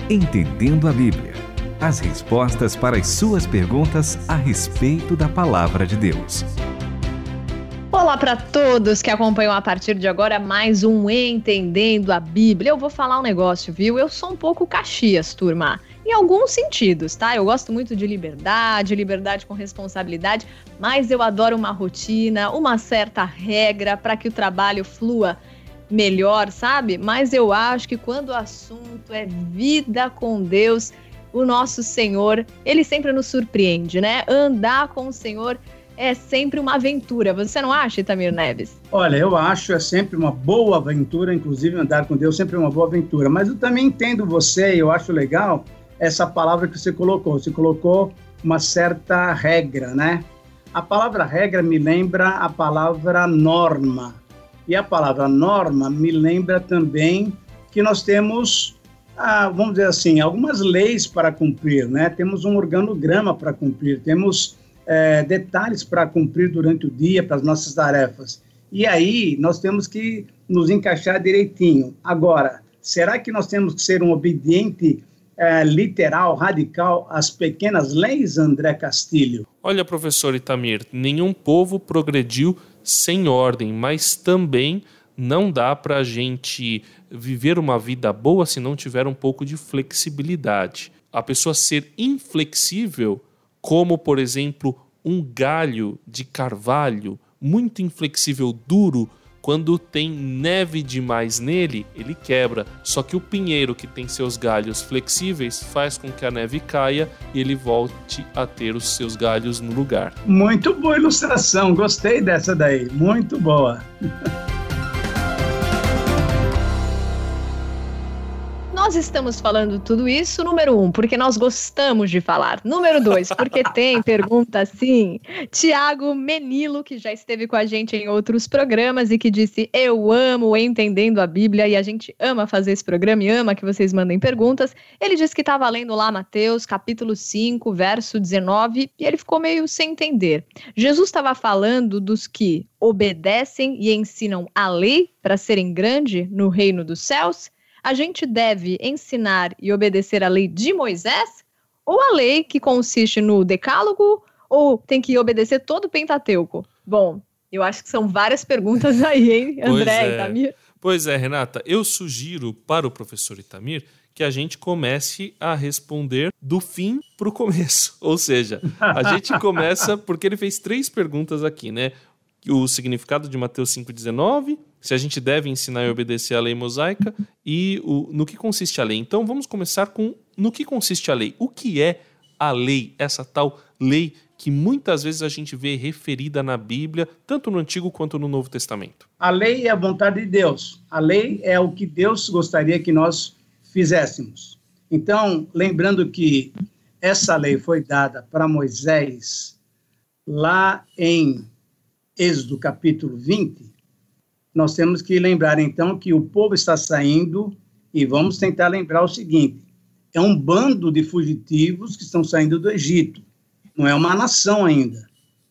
Entendendo a Bíblia. As respostas para as suas perguntas a respeito da Palavra de Deus. Olá para todos que acompanham a partir de agora mais um Entendendo a Bíblia. Eu vou falar um negócio, viu? Eu sou um pouco Caxias, turma. Em alguns sentidos, tá? Eu gosto muito de liberdade com responsabilidade, mas eu adoro uma rotina, uma certa regra para que o trabalho flua melhor, sabe? Mas eu acho que quando o assunto é vida com Deus, o nosso Senhor, Ele sempre nos surpreende, né? Andar com o Senhor é sempre uma aventura. Você não acha, Itamir Neves? Olha, eu acho é sempre uma boa aventura, inclusive andar com Deus sempre é uma boa aventura. Mas eu também entendo você e eu acho legal essa palavra que você colocou. Você colocou uma certa regra, né? A palavra regra me lembra a palavra norma. E a palavra norma me lembra também que nós temos, vamos dizer assim, algumas leis para cumprir, né? Temos um organograma para cumprir, temos detalhes para cumprir durante o dia, para as nossas tarefas. E aí nós temos que nos encaixar direitinho. Agora, será que nós temos que ser um obediente literal, radical às pequenas leis, André Castilho? Olha, professor Itamir, nenhum povo progrediu sem ordem, mas também não dá para a gente viver uma vida boa se não tiver um pouco de flexibilidade. A pessoa ser inflexível, como, por exemplo, um galho de carvalho, muito inflexível, duro, quando tem neve demais nele, ele quebra. Só que o pinheiro, que tem seus galhos flexíveis, faz com que a neve caia e ele volte a ter os seus galhos no lugar. Muito boa ilustração, gostei dessa daí, muito boa. Nós estamos falando tudo isso, número 1, porque nós gostamos de falar. Número 2, porque tem pergunta sim. Tiago Menilo, que já esteve com a gente em outros programas e que disse: eu amo Entendendo a Bíblia e a gente ama fazer esse programa e ama que vocês mandem perguntas. Ele disse que estava lendo lá Mateus, capítulo 5, verso 19, e ele ficou meio sem entender. Jesus estava falando dos que obedecem e ensinam a lei para serem grandes no reino dos céus? A gente deve ensinar e obedecer a lei de Moisés? Ou a lei que consiste no decálogo? Ou tem que obedecer todo o Pentateuco? Bom, eu acho que são várias perguntas aí, hein, André e Itamir? Pois é, Renata, eu sugiro para o professor Itamir que a gente comece a responder do fim para o começo. Ou seja, a gente começa, porque ele fez 3 perguntas aqui, né? O significado de Mateus 5,19, se a gente deve ensinar e obedecer à lei mosaica e no que consiste a lei. Então vamos começar com no que consiste a lei. O que é a lei, essa tal lei que muitas vezes a gente vê referida na Bíblia, tanto no Antigo quanto no Novo Testamento? A lei é a vontade de Deus. A lei é o que Deus gostaria que nós fizéssemos. Então, lembrando que essa lei foi dada para Moisés lá em Êxodo capítulo 20, nós temos que lembrar então que o povo está saindo e vamos tentar lembrar o seguinte: é um bando de fugitivos que estão saindo do Egito, não é uma nação ainda.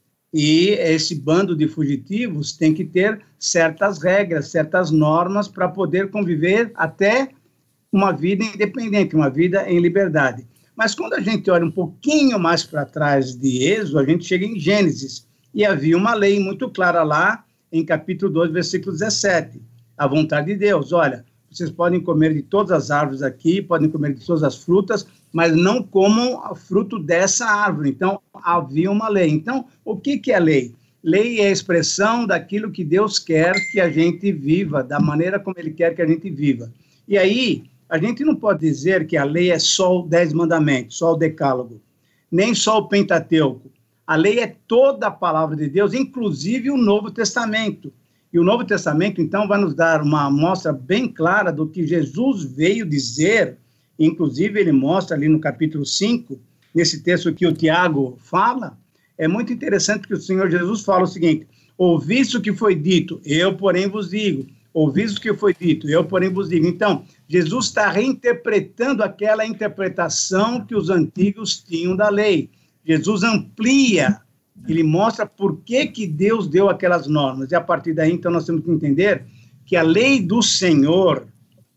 E esse bando de fugitivos tem que ter certas regras, certas normas para poder conviver até uma vida independente, uma vida em liberdade. Mas quando a gente olha um pouquinho mais para trás de Êxodo, a gente chega em Gênesis. E havia uma lei muito clara lá, em capítulo 2, versículo 17. A vontade de Deus: olha, vocês podem comer de todas as árvores aqui, podem comer de todas as frutas, mas não comam o fruto dessa árvore. Então, havia uma lei. Então, o que é lei? Lei é a expressão daquilo que Deus quer que a gente viva, da maneira como Ele quer que a gente viva. E aí, a gente não pode dizer que a lei é só os 10 mandamentos, só o decálogo, nem só o Pentateuco. A lei é toda a palavra de Deus, inclusive o Novo Testamento. E o Novo Testamento, então, vai nos dar uma amostra bem clara do que Jesus veio dizer. Inclusive, ele mostra ali no capítulo 5, nesse texto que o Tiago fala. É muito interessante que o Senhor Jesus fala o seguinte: ouviste o que foi dito, eu, porém, vos digo. Ouviste o que foi dito, eu, porém, vos digo. Então, Jesus está reinterpretando aquela interpretação que os antigos tinham da lei. Jesus amplia, ele mostra por que Deus deu aquelas normas. E a partir daí, então, nós temos que entender que a lei do Senhor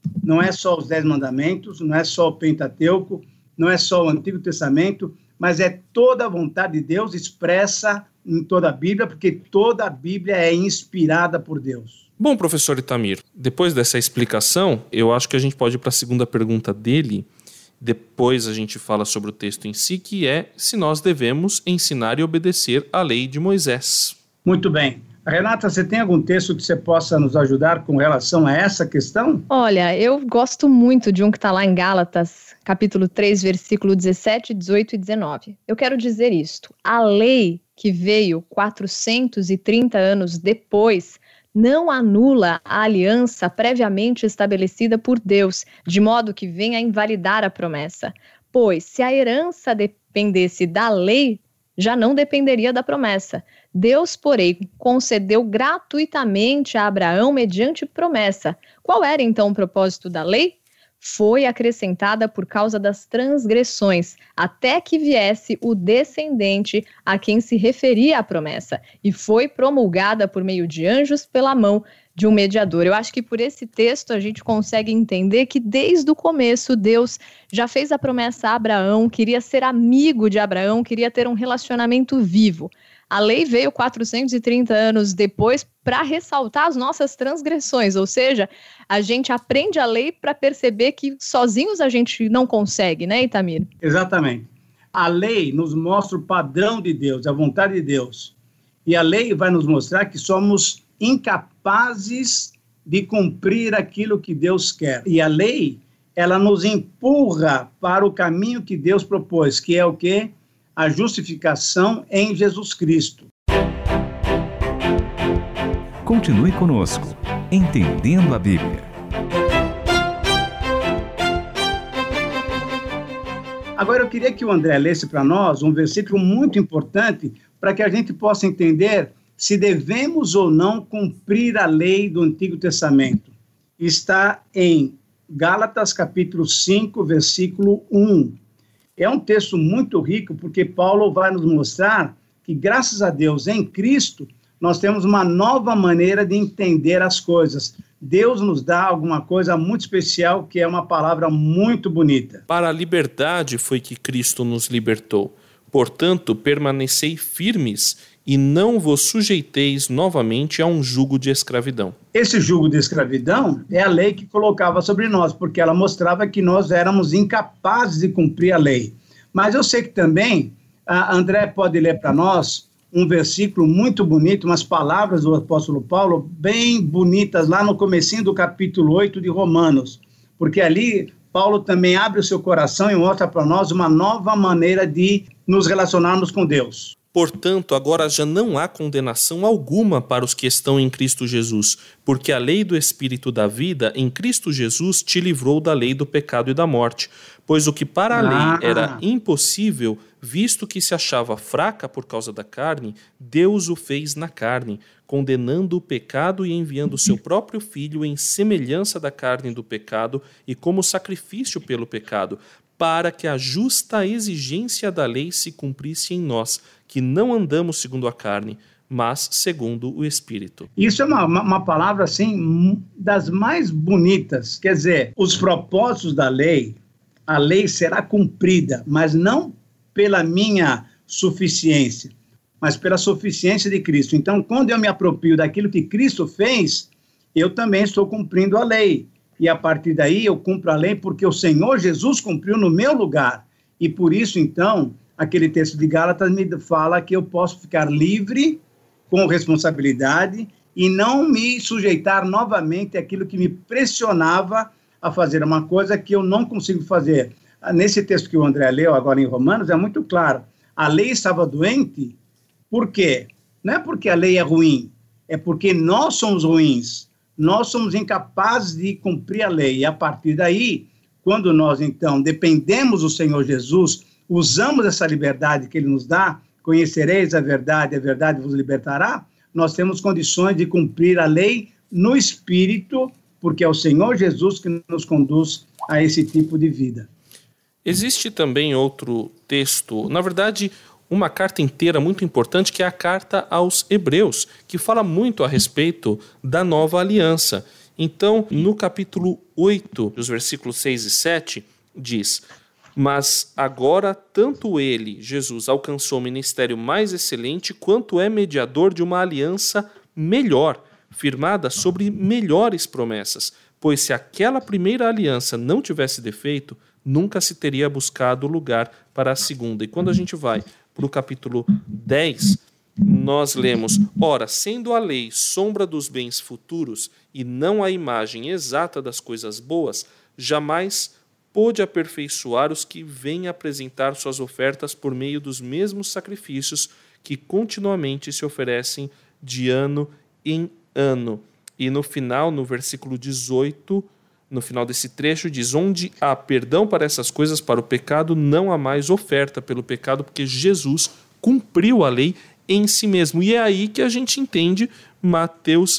não é só os 10 mandamentos, não é só o Pentateuco, não é só o Antigo Testamento, mas é toda a vontade de Deus expressa em toda a Bíblia, porque toda a Bíblia é inspirada por Deus. Bom, professor Itamir, depois dessa explicação, eu acho que a gente pode ir para a segunda pergunta dele. Depois a gente fala sobre o texto em si, que é se nós devemos ensinar e obedecer a lei de Moisés. Muito bem. Renata, você tem algum texto que você possa nos ajudar com relação a essa questão? Olha, eu gosto muito de um que está lá em Gálatas, capítulo 3, versículo 17, 18 e 19. Eu quero dizer isto: a lei que veio 430 anos depois não anula a aliança previamente estabelecida por Deus, de modo que venha a invalidar a promessa. Pois, se a herança dependesse da lei, já não dependeria da promessa. Deus, porém, concedeu gratuitamente a Abraão mediante promessa. Qual era, então, o propósito da lei? Foi acrescentada por causa das transgressões, até que viesse o descendente a quem se referia a promessa, e foi promulgada por meio de anjos pela mão de um mediador. Eu acho que por esse texto a gente consegue entender que desde o começo Deus já fez a promessa a Abraão, queria ser amigo de Abraão, queria ter um relacionamento vivo. A lei veio 430 anos depois para ressaltar as nossas transgressões, ou seja, a gente aprende a lei para perceber que sozinhos a gente não consegue, né, Itamir? Exatamente. A lei nos mostra o padrão de Deus, a vontade de Deus. E a lei vai nos mostrar que somos incapazes de cumprir aquilo que Deus quer. E a lei, ela nos empurra para o caminho que Deus propôs, que é o quê? A justificação em Jesus Cristo. Continue conosco, Entendendo a Bíblia. Agora eu queria que o André lesse para nós um versículo muito importante para que a gente possa entender se devemos ou não cumprir a lei do Antigo Testamento. Está em Gálatas capítulo 5, versículo 1. É um texto muito rico, porque Paulo vai nos mostrar que, graças a Deus, em Cristo, nós temos uma nova maneira de entender as coisas. Deus nos dá alguma coisa muito especial, que é uma palavra muito bonita. Para a liberdade foi que Cristo nos libertou. Portanto, permanecei firmes e não vos sujeiteis novamente a um jugo de escravidão. Esse jugo de escravidão é a lei que colocava sobre nós, porque ela mostrava que nós éramos incapazes de cumprir a lei. Mas eu sei que também, André pode ler para nós um versículo muito bonito, umas palavras do apóstolo Paulo, bem bonitas, lá no comecinho do capítulo 8 de Romanos, porque ali Paulo também abre o seu coração e mostra para nós uma nova maneira de nos relacionarmos com Deus. Portanto, agora já não há condenação alguma para os que estão em Cristo Jesus, porque a lei do Espírito da vida em Cristo Jesus te livrou da lei do pecado e da morte. Pois o que para a lei era impossível, visto que se achava fraca por causa da carne, Deus o fez na carne, condenando o pecado e enviando o seu próprio Filho em semelhança da carne do pecado e como sacrifício pelo pecado, para que a justa exigência da lei se cumprisse em nós, que não andamos segundo a carne, mas segundo o Espírito. Isso é uma palavra, assim, das mais bonitas. Quer dizer, os propósitos da lei, a lei será cumprida, mas não pela minha suficiência, mas pela suficiência de Cristo. Então, quando eu me aproprio daquilo que Cristo fez, eu também estou cumprindo a lei. E a partir daí eu cumpro a lei porque o Senhor Jesus cumpriu no meu lugar. E por isso, então, aquele texto de Gálatas me fala que eu posso ficar livre, com responsabilidade, e não me sujeitar novamente àquilo que me pressionava a fazer uma coisa que eu não consigo fazer. Nesse texto que o André leu agora em Romanos, é muito claro. A lei estava doente, por quê? Não é porque a lei é ruim, é porque nós somos ruins. Nós somos incapazes de cumprir a lei. E a partir daí, quando nós, então, dependemos do Senhor Jesus, usamos essa liberdade que Ele nos dá, conhecereis a verdade vos libertará, nós temos condições de cumprir a lei no Espírito, porque é o Senhor Jesus que nos conduz a esse tipo de vida. Existe também outro texto, na verdade, uma carta inteira muito importante, que é a carta aos Hebreus, que fala muito a respeito da nova aliança. Então, no capítulo 8, os versículos 6 e 7, diz: mas agora tanto ele, Jesus, alcançou o ministério mais excelente, quanto é mediador de uma aliança melhor, firmada sobre melhores promessas, pois se aquela primeira aliança não tivesse defeito, nunca se teria buscado lugar para a segunda. E quando a gente vai para o capítulo 10, nós lemos: ora, sendo a lei sombra dos bens futuros e não a imagem exata das coisas boas, jamais pôde aperfeiçoar os que vêm apresentar suas ofertas por meio dos mesmos sacrifícios que continuamente se oferecem de ano em ano. E no final, no versículo 18, no final desse trecho, diz: onde há perdão para essas coisas, para o pecado, não há mais oferta pelo pecado, porque Jesus cumpriu a lei em si mesmo. E é aí que a gente entende Mateus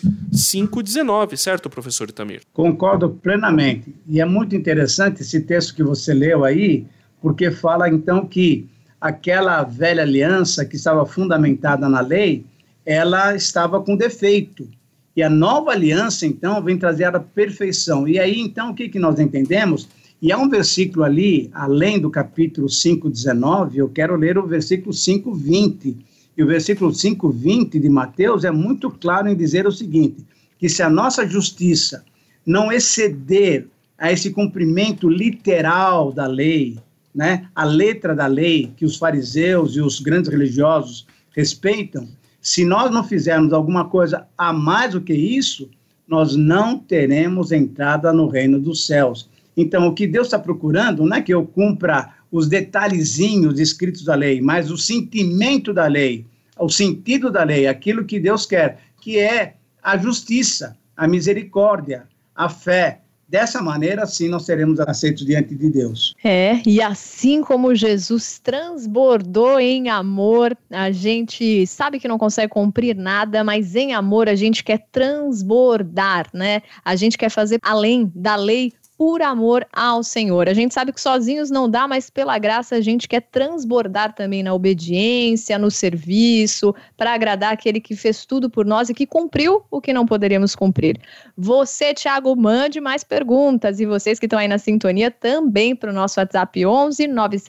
5,19, certo, professor Itamir? Concordo plenamente. E é muito interessante esse texto que você leu aí, porque fala então que aquela velha aliança que estava fundamentada na lei, ela estava com defeito. E a nova aliança, então, vem trazer a perfeição. E aí, então, o que nós entendemos? E há um versículo ali, além do capítulo 5,19, eu quero ler o versículo 5,20. E o versículo 5,20 de Mateus é muito claro em dizer o seguinte, que se a nossa justiça não exceder a esse cumprimento literal da lei, né, a letra da lei que os fariseus e os grandes religiosos respeitam, se nós não fizermos alguma coisa a mais do que isso, nós não teremos entrada no reino dos céus. Então, o que Deus está procurando não é que eu cumpra os detalhezinhos escritos da lei, mas o sentimento da lei, o sentido da lei, aquilo que Deus quer, que é a justiça, a misericórdia, a fé. Dessa maneira, sim, nós seremos aceitos diante de Deus. E assim como Jesus transbordou em amor, a gente sabe que não consegue cumprir nada, mas em amor a gente quer transbordar, né? A gente quer fazer além da lei por amor ao Senhor. A gente sabe que sozinhos não dá, mas pela graça a gente quer transbordar também na obediência, no serviço, para agradar aquele que fez tudo por nós e que cumpriu o que não poderíamos cumprir. Você, Thiago, mande mais perguntas, e vocês que estão aí na sintonia também para o nosso WhatsApp 11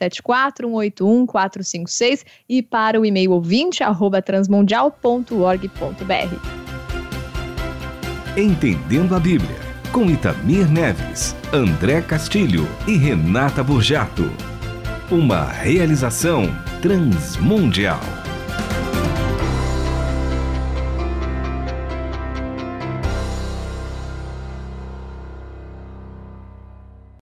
974 181 456 e para o e-mail ouvinte@transmundial.org.br. Entendendo a Bíblia, com Itamir Neves, André Castilho e Renata Burjato. Uma realização Transmundial.